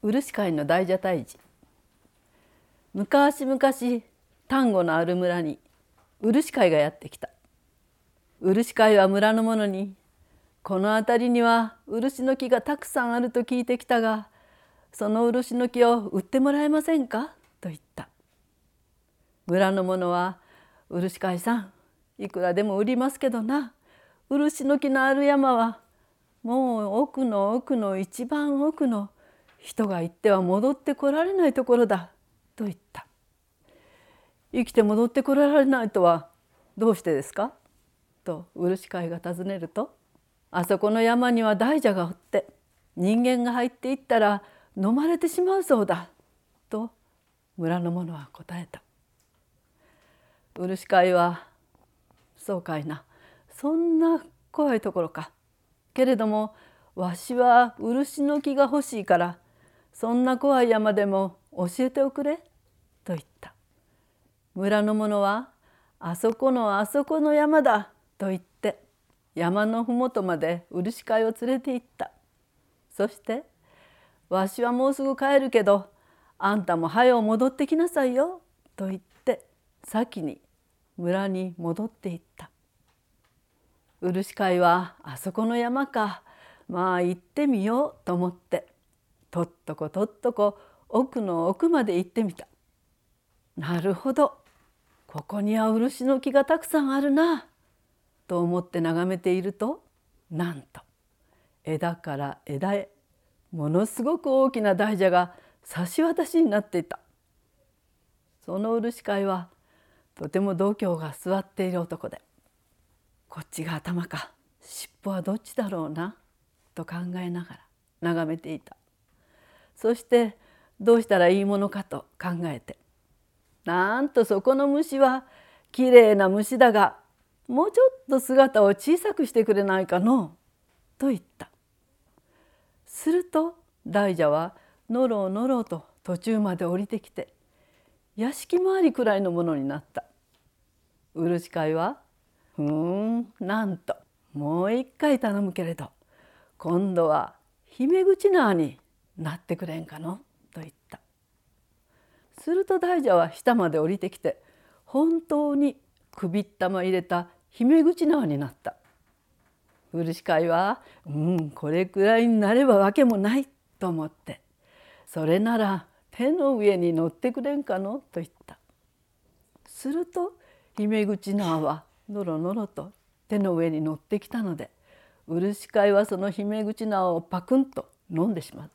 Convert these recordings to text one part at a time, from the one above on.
漆飼の大蛇退治。昔々丹後のある村に漆飼がやってきた。漆飼は村の者に、この辺りには漆の木がたくさんあると聞いてきたが、その漆の木を売ってもらえませんかと言った。村の者は、漆飼さん、いくらでも売りますけどな、漆の木のある山はもう奥の奥の一番奥の人が行っては戻ってこられないところだと言った。生きて戻ってこられないとはどうしてですかと漆飼が尋ねると、あそこの山には大蛇がおって、人間が入っていったら飲まれてしまうそうだと村の者は答えた。漆飼は、そうかいな、そんな怖いところか。けれどもわしは漆の木が欲しいから、そんな怖い山でも教えておくれと言った。村の者は、あそこのあそこの山だと言って山のふもとまで漆飼を連れて行った。そして、わしはもうすぐ帰るけど、あんたも早う戻ってきなさいよと言って先に村に戻っていった。漆飼は、あそこの山か、まあ行ってみようと思って、とっとこ奥の奥まで行ってみた。なるほど、ここには漆の木がたくさんあるなと思って眺めていると、なんと枝から枝へものすごく大きな大蛇が差し渡しになっていた。その漆飼はとても度胸が座っている男で、こっちが頭か尻尾はどっちだろうなと考えながら眺めていた。そしてどうしたらいいものかと考えて、なんとそこの虫はきれいな虫だが、もうちょっと姿を小さくしてくれないかのと言った。すると大蛇はのろのろと途中まで降りてきて、屋敷回りくらいのものになった。漆飼は、なんともう一回頼むけれど、今度は姫口縄になってくれんかのと言った。すると大蛇は下まで降りてきて、本当に首ったま入れた姫口縄になった。漆飼は、これくらいになればわけもないと思って、それなら手の上に乗ってくれんかのと言った。すると姫口縄はのろのろと手の上に乗ってきたので、漆飼はその姫口縄をパクンと飲んでしまった。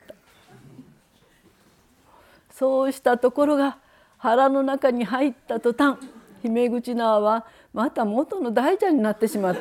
そうしたところが腹の中に入った途端、姫口縄はまた元の大蛇になってしまった。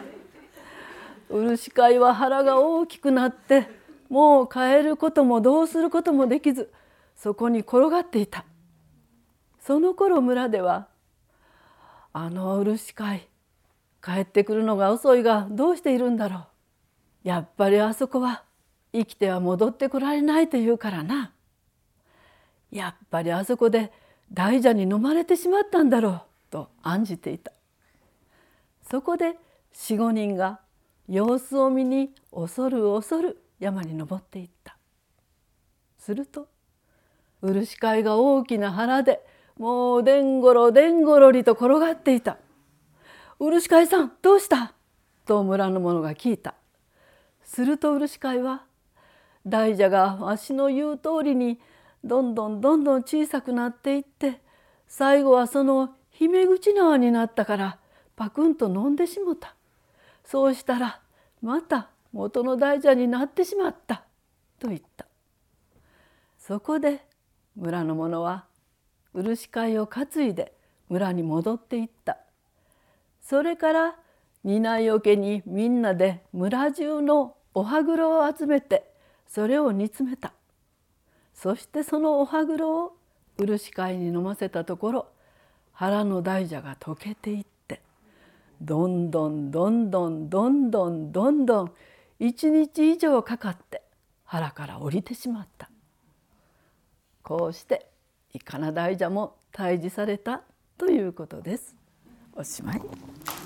漆飼は腹が大きくなって、もう帰ることもどうすることもできず、そこに転がっていた。その頃村では、あの漆飼、帰ってくるのが遅いがどうしているんだろう。やっぱりあそこは生きては戻ってこられないというからな。やっぱりあそこで大蛇に飲まれてしまったんだろうと案じていた。そこで4、5人が様子を見に恐る恐る山に登っていった。すると漆飼が大きな腹でもうでんごろでんごろりと転がっていた。漆飼さん、どうした?と村の者が聞いた。すると漆飼は、大蛇がわしの言う通りにどんどん小さくなっていって、最後はその姫口縄になったからパクンと飲んでしもた。そうしたらまた元の大蛇になってしまったと言った。そこで村の者は漆飼を担いで村に戻っていった。それから担い桶にみんなで村中のお歯黒を集めて、それを煮詰めた。そしてそのお歯黒を漆飼に飲ませたところ、腹の大蛇が溶けていって、どんどん1日以上かかって腹から降りてしまった。こうしていかな大蛇も退治されたということです。おしまい。